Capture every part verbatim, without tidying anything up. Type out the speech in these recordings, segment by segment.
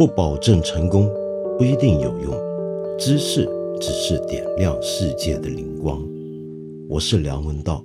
不保证成功，不一定有用。知识只是点亮世界的灵光。我是梁文道。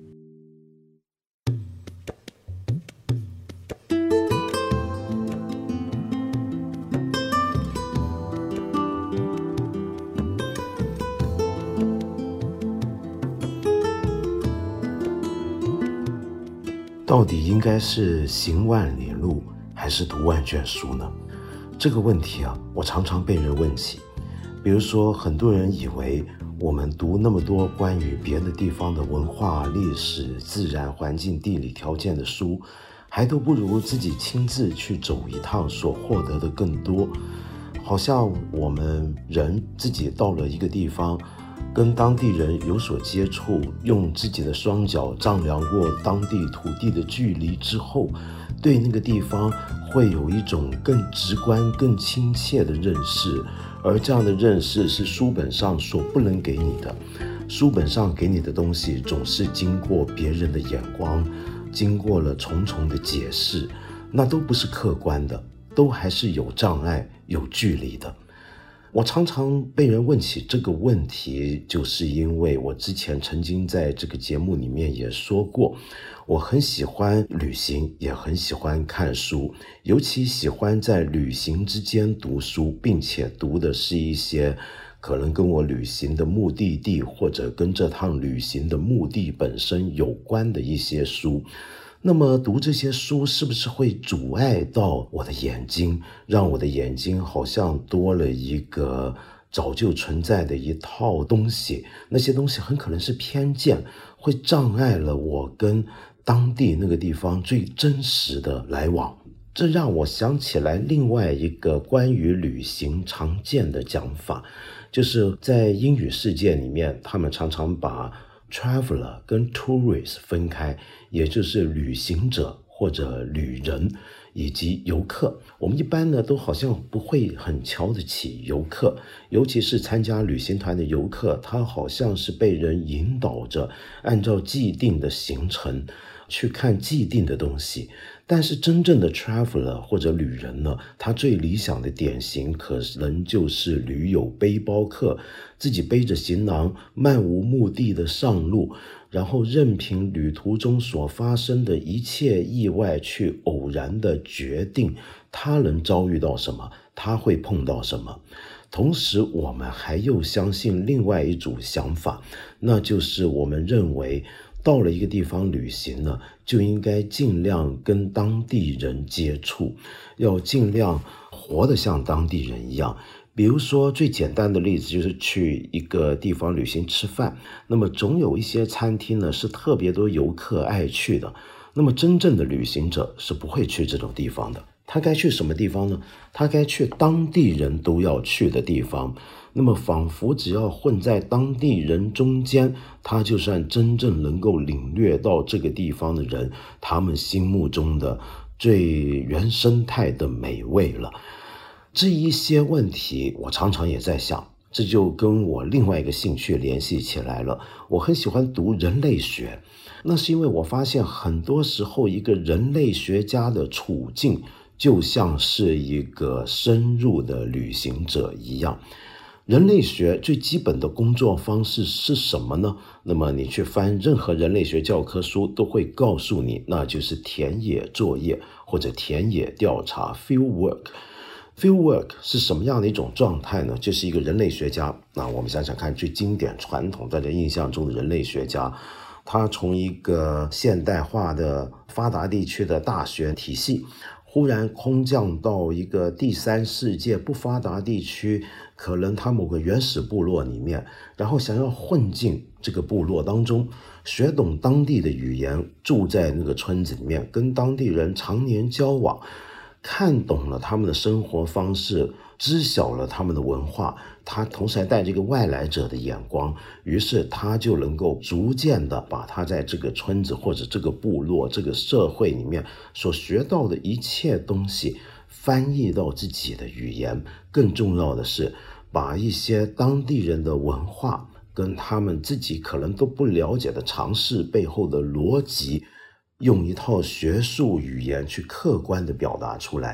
到底应该是行万里路还是读万卷书呢？这个问题啊，我常常被人问起。比如说，很多人以为我们读那么多关于别的地方的文化、历史、自然环境、地理条件的书，还都不如自己亲自去走一趟所获得的更多。好像我们人自己到了一个地方，跟当地人有所接触，用自己的双脚丈量过当地土地的距离之后，对那个地方会有一种更直观、更亲切的认识。而这样的认识是书本上所不能给你的。书本上给你的东西总是经过别人的眼光，经过了重重的解释，那都不是客观的，都还是有障碍、有距离的。我常常被人问起这个问题，就是因为我之前曾经在这个节目里面也说过，我很喜欢旅行，也很喜欢看书，尤其喜欢在旅行之间读书，并且读的是一些可能跟我旅行的目的地或者跟这趟旅行的目的本身有关的一些书。那么读这些书是不是会阻碍到我的眼睛，让我的眼睛好像多了一个早就存在的一套东西？那些东西很可能是偏见，会障碍了我跟当地那个地方最真实的来往。这让我想起来另外一个关于旅行常见的讲法，就是在英语世界里面，他们常常把traveler 跟 tourist 分开，也就是旅行者或者旅人以及游客。我们一般呢都好像不会很瞧得起游客，尤其是参加旅行团的游客，他好像是被人引导着按照既定的行程去看既定的东西。但是真正的 traveler 或者旅人呢，他最理想的典型可能就是驴友背包客，自己背着行囊漫无目的的上路，然后任凭旅途中所发生的一切意外去偶然的决定他能遭遇到什么，他会碰到什么。同时我们还又相信另外一组想法，那就是我们认为到了一个地方旅行呢，就应该尽量跟当地人接触，要尽量活得像当地人一样。比如说最简单的例子就是去一个地方旅行吃饭，那么总有一些餐厅呢是特别多游客爱去的，那么真正的旅行者是不会去这种地方的。他该去什么地方呢？他该去当地人都要去的地方。那么仿佛只要混在当地人中间，他就算真正能够领略到这个地方的人他们心目中的最原生态的美味了。这一些问题我常常也在想，这就跟我另外一个兴趣联系起来了。我很喜欢读人类学，那是因为我发现很多时候一个人类学家的处境就像是一个深入的旅行者一样。人类学最基本的工作方式是什么呢？那么你去翻任何人类学教科书都会告诉你，那就是田野作业或者田野调查 field work。Field work 是什么样的一种状态呢？就是一个人类学家，那我们想想看，最经典传统大家印象中的人类学家，他从一个现代化的发达地区的大学体系忽然空降到一个第三世界不发达地区，可能他某个原始部落里面，然后想要混进这个部落当中，学懂当地的语言，住在那个村子里面，跟当地人常年交往，看懂了他们的生活方式，知晓了他们的文化，他同时还带着一个外来者的眼光，于是他就能够逐渐的把他在这个村子或者这个部落这个社会里面所学到的一切东西翻译到自己的语言。更重要的是，把一些当地人的文化跟他们自己可能都不了解的常识背后的逻辑，用一套学术语言去客观的表达出来。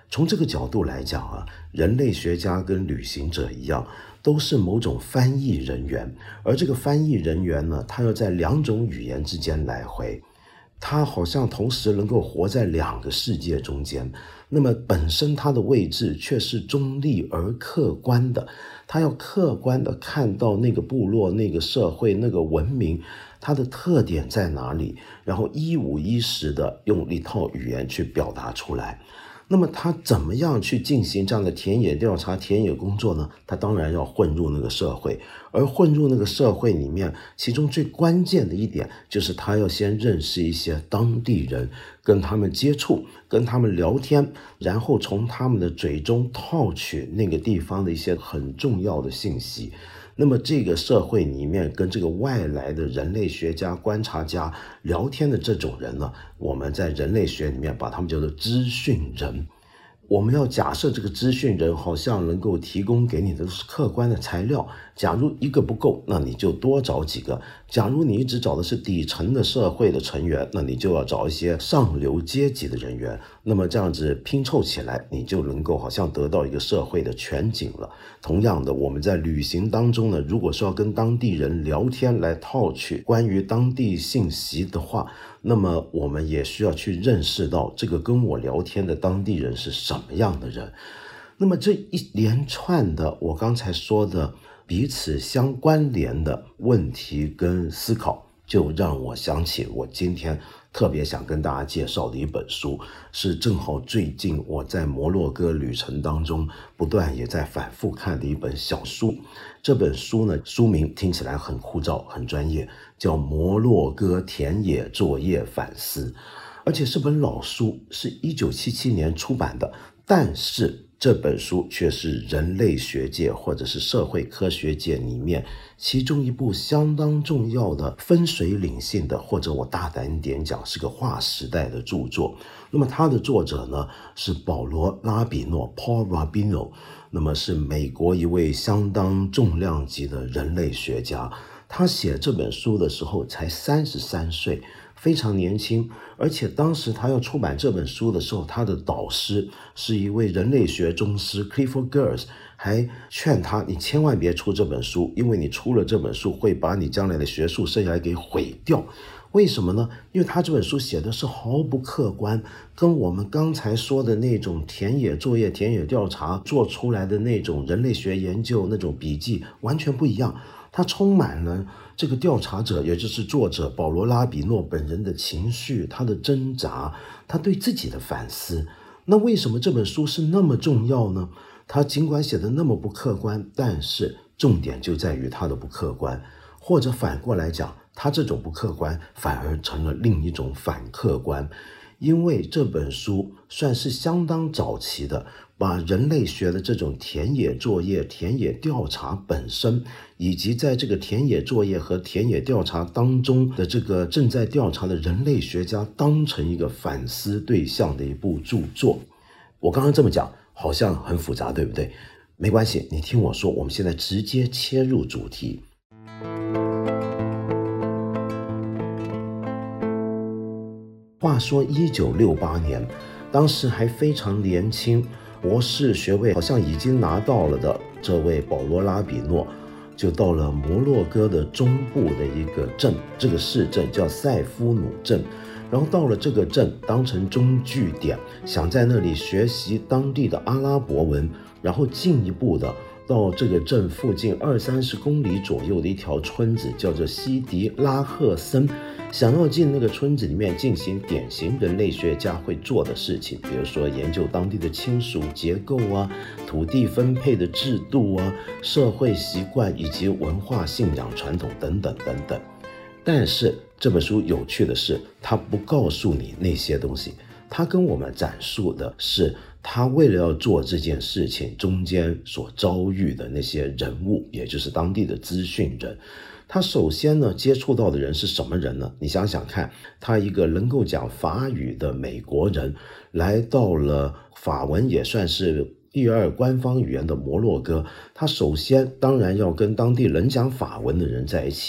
从这个角度来讲啊，人类学家跟旅行者一样，都是某种翻译人员，而这个翻译人员呢，他要在两种语言之间来回，他好像同时能够活在两个世界中间，那么本身他的位置却是中立而客观的，他要客观的看到那个部落、那个社会、那个文明，它的特点在哪里，然后一五一十的用一套语言去表达出来。那么他怎么样去进行这样的田野调查、田野工作呢？他当然要混入那个社会，而混入那个社会里面，其中最关键的一点就是他要先认识一些当地人，跟他们接触，跟他们聊天，然后从他们的嘴中套取那个地方的一些很重要的信息。那么这个社会里面跟这个外来的人类学家、观察家聊天的这种人呢，我们在人类学里面把他们叫做资讯人。我们要假设这个资讯人好像能够提供给你的是客观的材料，假如一个不够，那你就多找几个，假如你一直找的是底层的社会的成员，那你就要找一些上流阶级的人员，那么这样子拼凑起来，你就能够好像得到一个社会的全景了。同样的，我们在旅行当中呢，如果说要跟当地人聊天来套取关于当地信息的话，那么我们也需要去认识到这个跟我聊天的当地人是什么样的人。那么这一连串的我刚才说的彼此相关联的问题跟思考，就让我想起我今天特别想跟大家介绍的一本书，是正好最近我在摩洛哥旅程当中不断也在反复看的一本小书。这本书呢，书名听起来很枯燥很专业，叫《摩洛哥田野作业反思》，而且是本老书，是一九七七年出版的，但是这本书却是人类学界或者是社会科学界里面其中一部相当重要的分水岭性的，或者我大胆一点讲是个划时代的著作。那么它的作者呢是保罗·拉比诺 Paul Rabino， 那么是美国一位相当重量级的人类学家。他写这本书的时候才三十三岁，非常年轻，而且当时他要出版这本书的时候，他的导师是一位人类学宗师 Clifford Geertz， 还劝他你千万别出这本书，因为你出了这本书会把你将来的学术生涯给毁掉。为什么呢？因为他这本书写的是毫不客观，跟我们刚才说的那种田野作业、田野调查做出来的那种人类学研究那种笔记完全不一样。它充满了这个调查者，也就是作者保罗·拉比诺本人的情绪，他的挣扎，他对自己的反思。那为什么这本书是那么重要呢？他尽管写的那么不客观，但是重点就在于他的不客观，或者反过来讲，他这种不客观反而成了另一种反客观。因为这本书算是相当早期的，把人类学的这种田野作业、田野调查本身，以及在这个田野作业和田野调查当中的这个正在调查的人类学家当成一个反思对象的一部著作。我刚刚这么讲好像很复杂，对不对？没关系，你听我说，我们现在直接切入主题。话说一九六八年，当时还非常年轻，博士学位好像已经拿到了的这位保罗·拉比诺，就到了摩洛哥的中部的一个镇，这个市镇叫塞夫努镇，然后到了这个镇当成中据点，想在那里学习当地的阿拉伯文，然后进一步的到这个镇附近二三十公里左右的一条村子叫做西迪拉赫森，想要进那个村子里面进行典型人类学家会做的事情，比如说研究当地的亲属结构啊、土地分配的制度啊、社会习惯以及文化信仰传统等等等等。但是这本书有趣的是，它不告诉你那些东西，它跟我们展述的是他为了要做这件事情中间所遭遇的那些人物，也就是当地的资讯人。他首先呢接触到的人是什么人呢？你想想看，他一个能够讲法语的美国人，来到了法文也算是第二官方语言的摩洛哥，他首先当然要跟当地人讲法文的人在一起，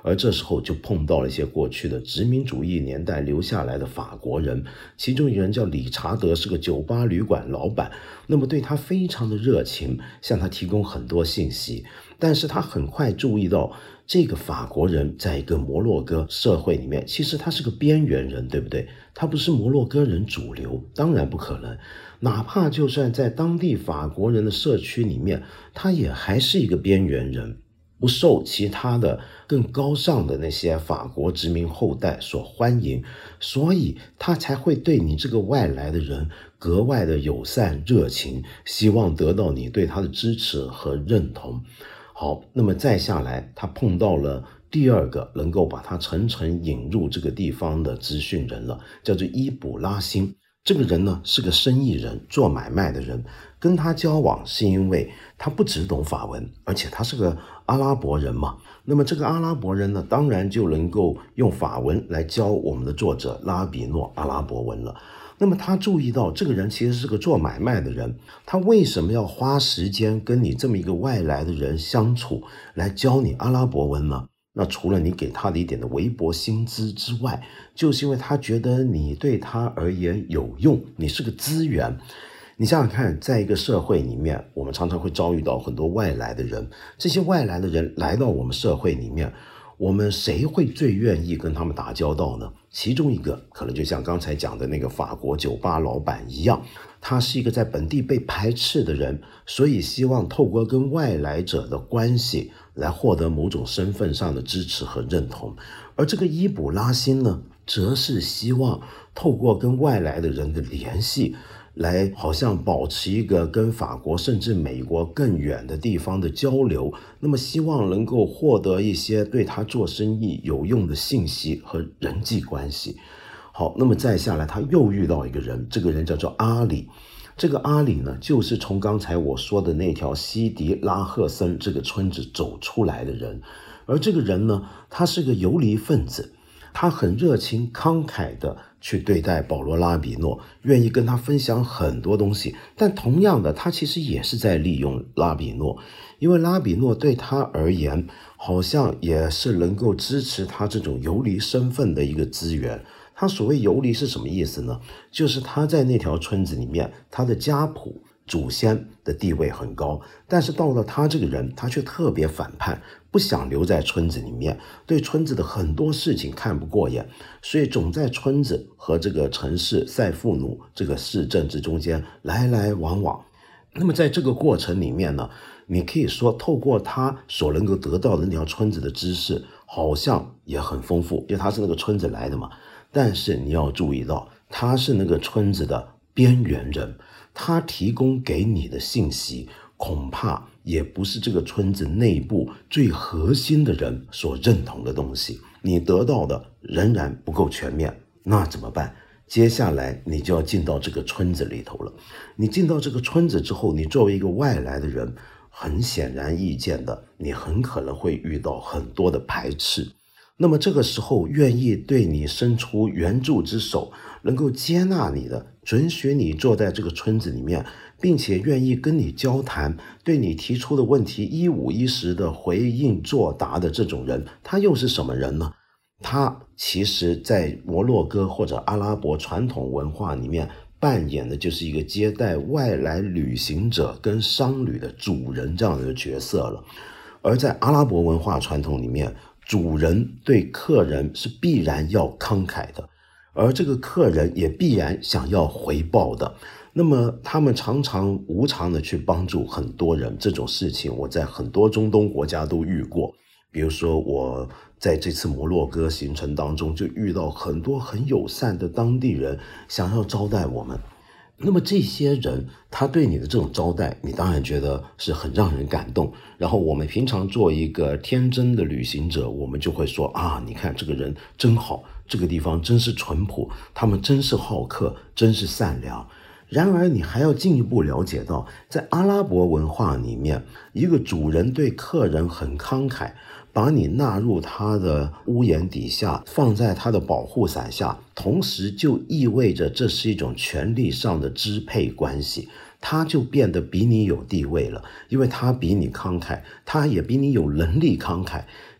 而这时候就碰到了一些过去的殖民主义年代留下来的法国人，其中一个人叫理查德，是个酒吧旅馆老板，那么对他非常的热情，向他提供很多信息。但是他很快注意到这个法国人在一个摩洛哥社会里面，其实他是个边缘人，对不对？他不是摩洛哥人主流，当然不可能。哪怕就算在当地法国人的社区里面，他也还是一个边缘人，不受其他的更高尚的那些法国殖民后代所欢迎，所以他才会对你这个外来的人格外的友善热情，希望得到你对他的支持和认同。好，那么再下来，他碰到了第二个能够把他层层引入这个地方的资讯人了，叫做伊卜拉欣。这个人呢是个生意人，做买卖的人，跟他交往是因为他不只懂法文，而且他是个阿拉伯人嘛。那么这个阿拉伯人呢，当然就能够用法文来教我们的作者拉比诺阿拉伯文了。那么他注意到这个人其实是个做买卖的人，他为什么要花时间跟你这么一个外来的人相处，来教你阿拉伯文呢？那除了你给他的一点的微薄薪资之外，就是因为他觉得你对他而言有用，你是个资源。你想想看，在一个社会里面，我们常常会遭遇到很多外来的人，这些外来的人来到我们社会里面，我们谁会最愿意跟他们打交道呢？其中一个可能就像刚才讲的那个法国酒吧老板一样，他是一个在本地被排斥的人，所以希望透过跟外来者的关系来获得某种身份上的支持和认同。而这个伊卜拉欣呢，则是希望透过跟外来的人的联系，来好像保持一个跟法国甚至美国更远的地方的交流，那么希望能够获得一些对他做生意有用的信息和人际关系。好，那么再下来他又遇到一个人，这个人叫做阿里。这个阿里呢，就是从刚才我说的那条西迪拉赫森这个村子走出来的人。而这个人呢，他是个游离分子，他很热情慷慨的去对待保罗拉比诺，愿意跟他分享很多东西。但同样的，他其实也是在利用拉比诺，因为拉比诺对他而言，好像也是能够支持他这种游离身份的一个资源。他所谓游离是什么意思呢？就是他在那条村子里面，他的家谱祖先的地位很高，但是到了他这个人，他却特别反叛，不想留在村子里面，对村子的很多事情看不过眼，所以总在村子和这个城市塞富努这个市政之中间来来往往。那么在这个过程里面呢，你可以说透过他所能够得到的那条村子的知识，好像也很丰富，因为他是那个村子来的嘛。但是你要注意到，他是那个村子的边缘人，他提供给你的信息恐怕也不是这个村子内部最核心的人所认同的东西，你得到的仍然不够全面。那怎么办？接下来你就要进到这个村子里头了。你进到这个村子之后，你作为一个外来的人，很显然易见的，你很可能会遇到很多的排斥。那么这个时候，愿意对你伸出援助之手，能够接纳你的，准许你坐在这个村子里面，并且愿意跟你交谈，对你提出的问题一五一十的回应作答的这种人，他又是什么人呢？他其实在摩洛哥或者阿拉伯传统文化里面扮演的就是一个接待外来旅行者跟商旅的主人这样的角色了。而在阿拉伯文化传统里面，主人对客人是必然要慷慨的，而这个客人也必然想要回报的。那么他们常常无偿的去帮助很多人，这种事情我在很多中东国家都遇过。比如说我在这次摩洛哥行程当中，就遇到很多很友善的当地人想要招待我们。那么这些人他对你的这种招待，你当然觉得是很让人感动。然后我们平常做一个天真的旅行者，我们就会说啊，你看这个人真好，这个地方真是淳朴，他们真是好客，真是善良。然而你还要进一步了解到，在阿拉伯文化里面，一个主人对客人很慷慨，把你纳入他的屋檐底下，放在他的保护伞下，同时就意味着这是一种权力上的支配关系，他就变得比你有地位了，因为他比你慷慨，他也比你有能力慷慨。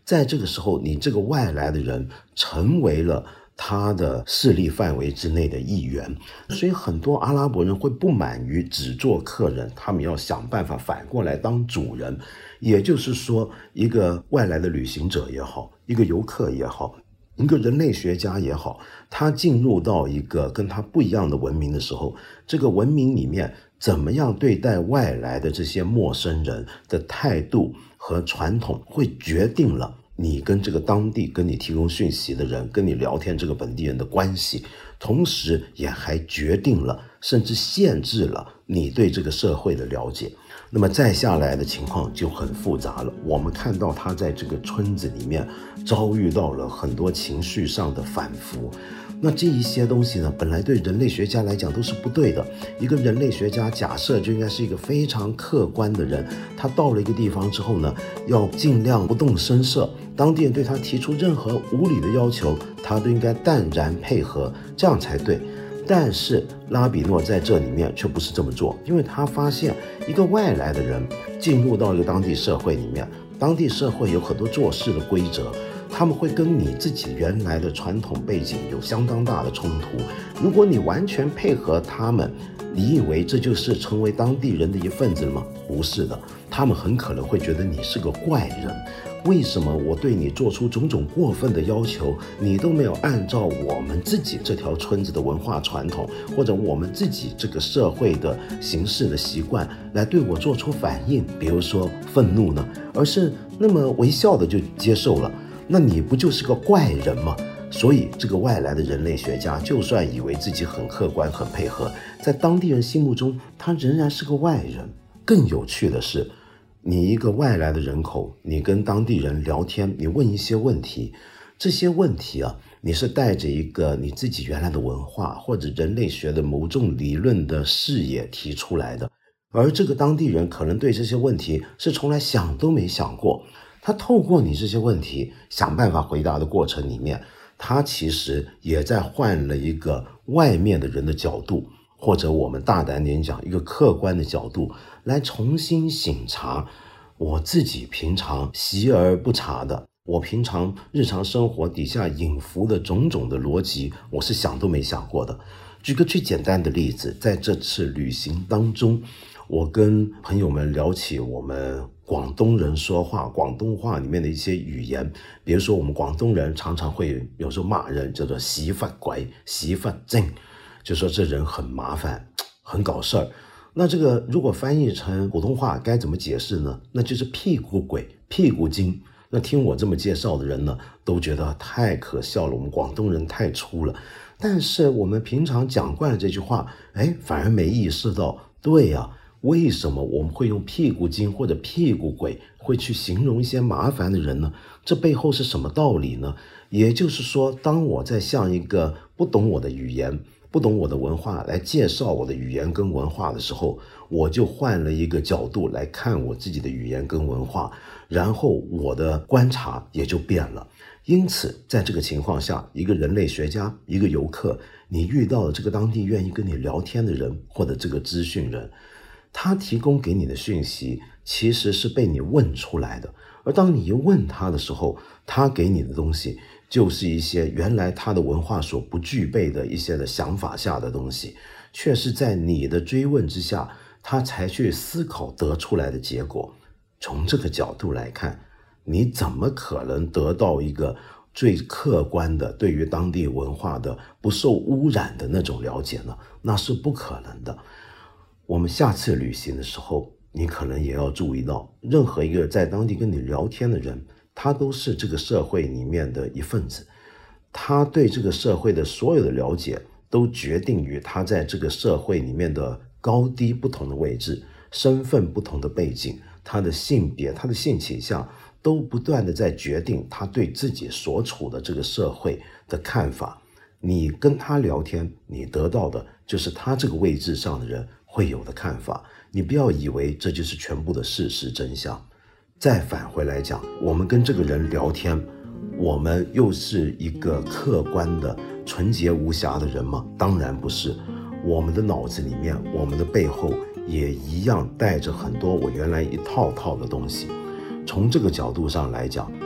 在这个时候，你这个外来的人成为了他的势力范围之内的一员，所以很多阿拉伯人会不满于只做客人，他们要想办法反过来当主人。也就是说，一个外来的旅行者也好，一个游客也好，一个人类学家也好，他进入到一个跟他不一样的文明的时候，这个文明里面怎么样对待外来的这些陌生人的态度和传统，会决定了你跟这个当地跟你提供讯息的人，跟你聊天这个本地人的关系，同时也还决定了甚至限制了你对这个社会的了解。那么再下来的情况就很复杂了，我们看到他在这个村子里面遭遇到了很多情绪上的反复，那这一些东西呢，本来对人类学家来讲都是不对的。一个人类学家假设就应该是一个非常客观的人，他到了一个地方之后呢，要尽量不动声色，当地人对他提出任何无理的要求，他都应该淡然配合，这样才对。但是拉比诺在这里面却不是这么做，因为他发现一个外来的人进入到一个当地社会里面，当地社会有很多做事的规则，他们会跟你自己原来的传统背景有相当大的冲突。如果你完全配合他们，你以为这就是成为当地人的一份子了吗？不是的，他们很可能会觉得你是个怪人。为什么我对你做出种种过分的要求，你都没有按照我们自己这条村子的文化传统，或者我们自己这个社会的形式的习惯来对我做出反应，比如说愤怒呢，而是那么微笑的就接受了，那你不就是个怪人吗？所以这个外来的人类学家就算以为自己很客观很配合，在当地人心目中他仍然是个外人。更有趣的是，你一个外来的人口，你跟当地人聊天，你问一些问题，这些问题啊，你是带着一个你自己原来的文化或者人类学的某种理论的视野提出来的，而这个当地人可能对这些问题是从来想都没想过。他透过你这些问题想办法回答的过程里面，他其实也在换了一个外面的人的角度，或者我们大胆点讲，一个客观的角度来重新省察我自己平常习而不察的，我平常日常生活底下隐伏的种种的逻辑，我是想都没想过的。举个最简单的例子，在这次旅行当中，我跟朋友们聊起我们广东人说话，广东话里面的一些语言，比如说我们广东人常常会有时候骂人叫做屎忽鬼、屎忽精，就说这人很麻烦，很搞事儿。那这个如果翻译成普通话该怎么解释呢？那就是屁股鬼、屁股精。那听我这么介绍的人呢，都觉得太可笑了，我们广东人太粗了。但是我们平常讲惯了这句话，哎，反而没意识到，对呀、啊，为什么我们会用屁股精或者屁股鬼会去形容一些麻烦的人呢？这背后是什么道理呢？也就是说，当我在向一个不懂我的语言、不懂我的文化来介绍我的语言跟文化的时候，我就换了一个角度来看我自己的语言跟文化，然后我的观察也就变了。因此在这个情况下，一个人类学家，一个游客，你遇到了这个当地愿意跟你聊天的人，或者这个资讯人，他提供给你的讯息其实是被你问出来的，而当你一问他的时候，他给你的东西就是一些原来他的文化所不具备的一些的想法下的东西，却是在你的追问之下，他才去思考得出来的结果。从这个角度来看，你怎么可能得到一个最客观的对于当地文化的不受污染的那种了解呢？那是不可能的。我们下次旅行的时候，你可能也要注意到，任何一个在当地跟你聊天的人，他都是这个社会里面的一份子，他对这个社会的所有的了解都决定于他在这个社会里面的高低不同的位置，身份不同的背景，他的性别，他的性倾向都不断的在决定他对自己所处的这个社会的看法。你跟他聊天，你得到的就是他这个位置上的人会有的看法，你不要以为这就是全部的事实真相。再返回来讲，我们跟这个人聊天，我们又是一个客观的纯洁无瑕的人吗？当然不是，我们的脑子里面，我们的背后也一样带着很多我原来一套套的东西。从这个角度上来讲，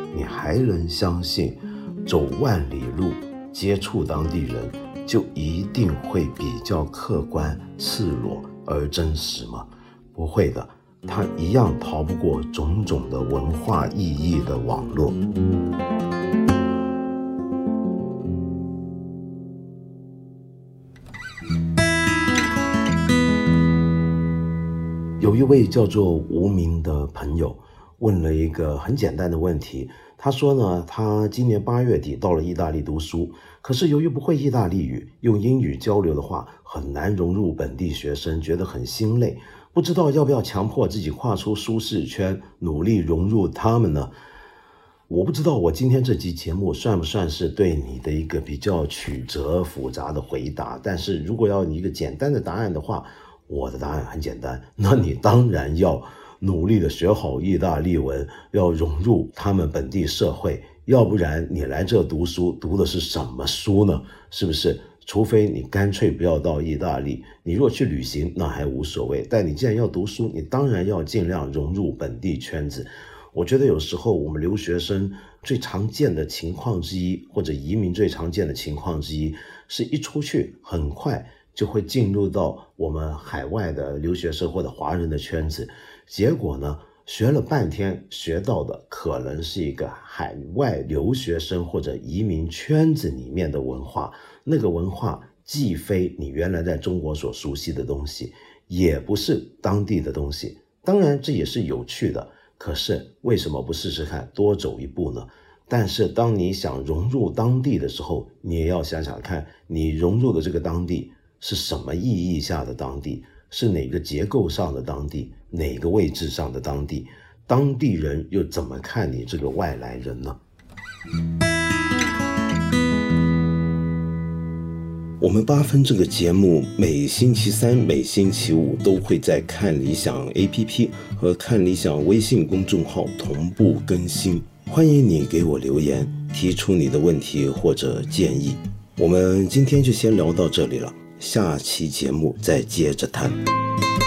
你还能相信走万里路接触当地人就一定会比较客观、赤裸而真实吗？不会的，它一样逃不过种种的文化意义的网络。有一位叫做无名的朋友问了一个很简单的问题，他说呢，他今年八月底到了意大利读书，可是由于不会意大利语，用英语交流的话很难融入本地学生，觉得很心累，不知道要不要强迫自己跨出舒适圈，努力融入他们呢？我不知道我今天这期节目算不算是对你的一个比较曲折复杂的回答，但是如果要一个简单的答案的话，我的答案很简单，那你当然要努力的学好意大利文，要融入他们本地社会，要不然你来这读书读的是什么书呢？是不是？除非你干脆不要到意大利，你如果去旅行那还无所谓，但你既然要读书，你当然要尽量融入本地圈子。我觉得有时候我们留学生最常见的情况之一，或者移民最常见的情况之一，是一出去很快就会进入到我们海外的留学生或者华人的圈子，结果呢，学了半天学到的可能是一个海外留学生或者移民圈子里面的文化，那个文化既非你原来在中国所熟悉的东西，也不是当地的东西。当然这也是有趣的，可是为什么不试试看多走一步呢？但是当你想融入当地的时候，你也要想想看，你融入的这个当地是什么意义下的当地，是哪个结构上的当地，哪个位置上的当地，当地人又怎么看你这个外来人呢？我们八分这个节目每星期三、每星期五都会在看理想 A P P 和看理想微信公众号同步更新，欢迎你给我留言，提出你的问题或者建议。我们今天就先聊到这里了，下期节目再接着谈。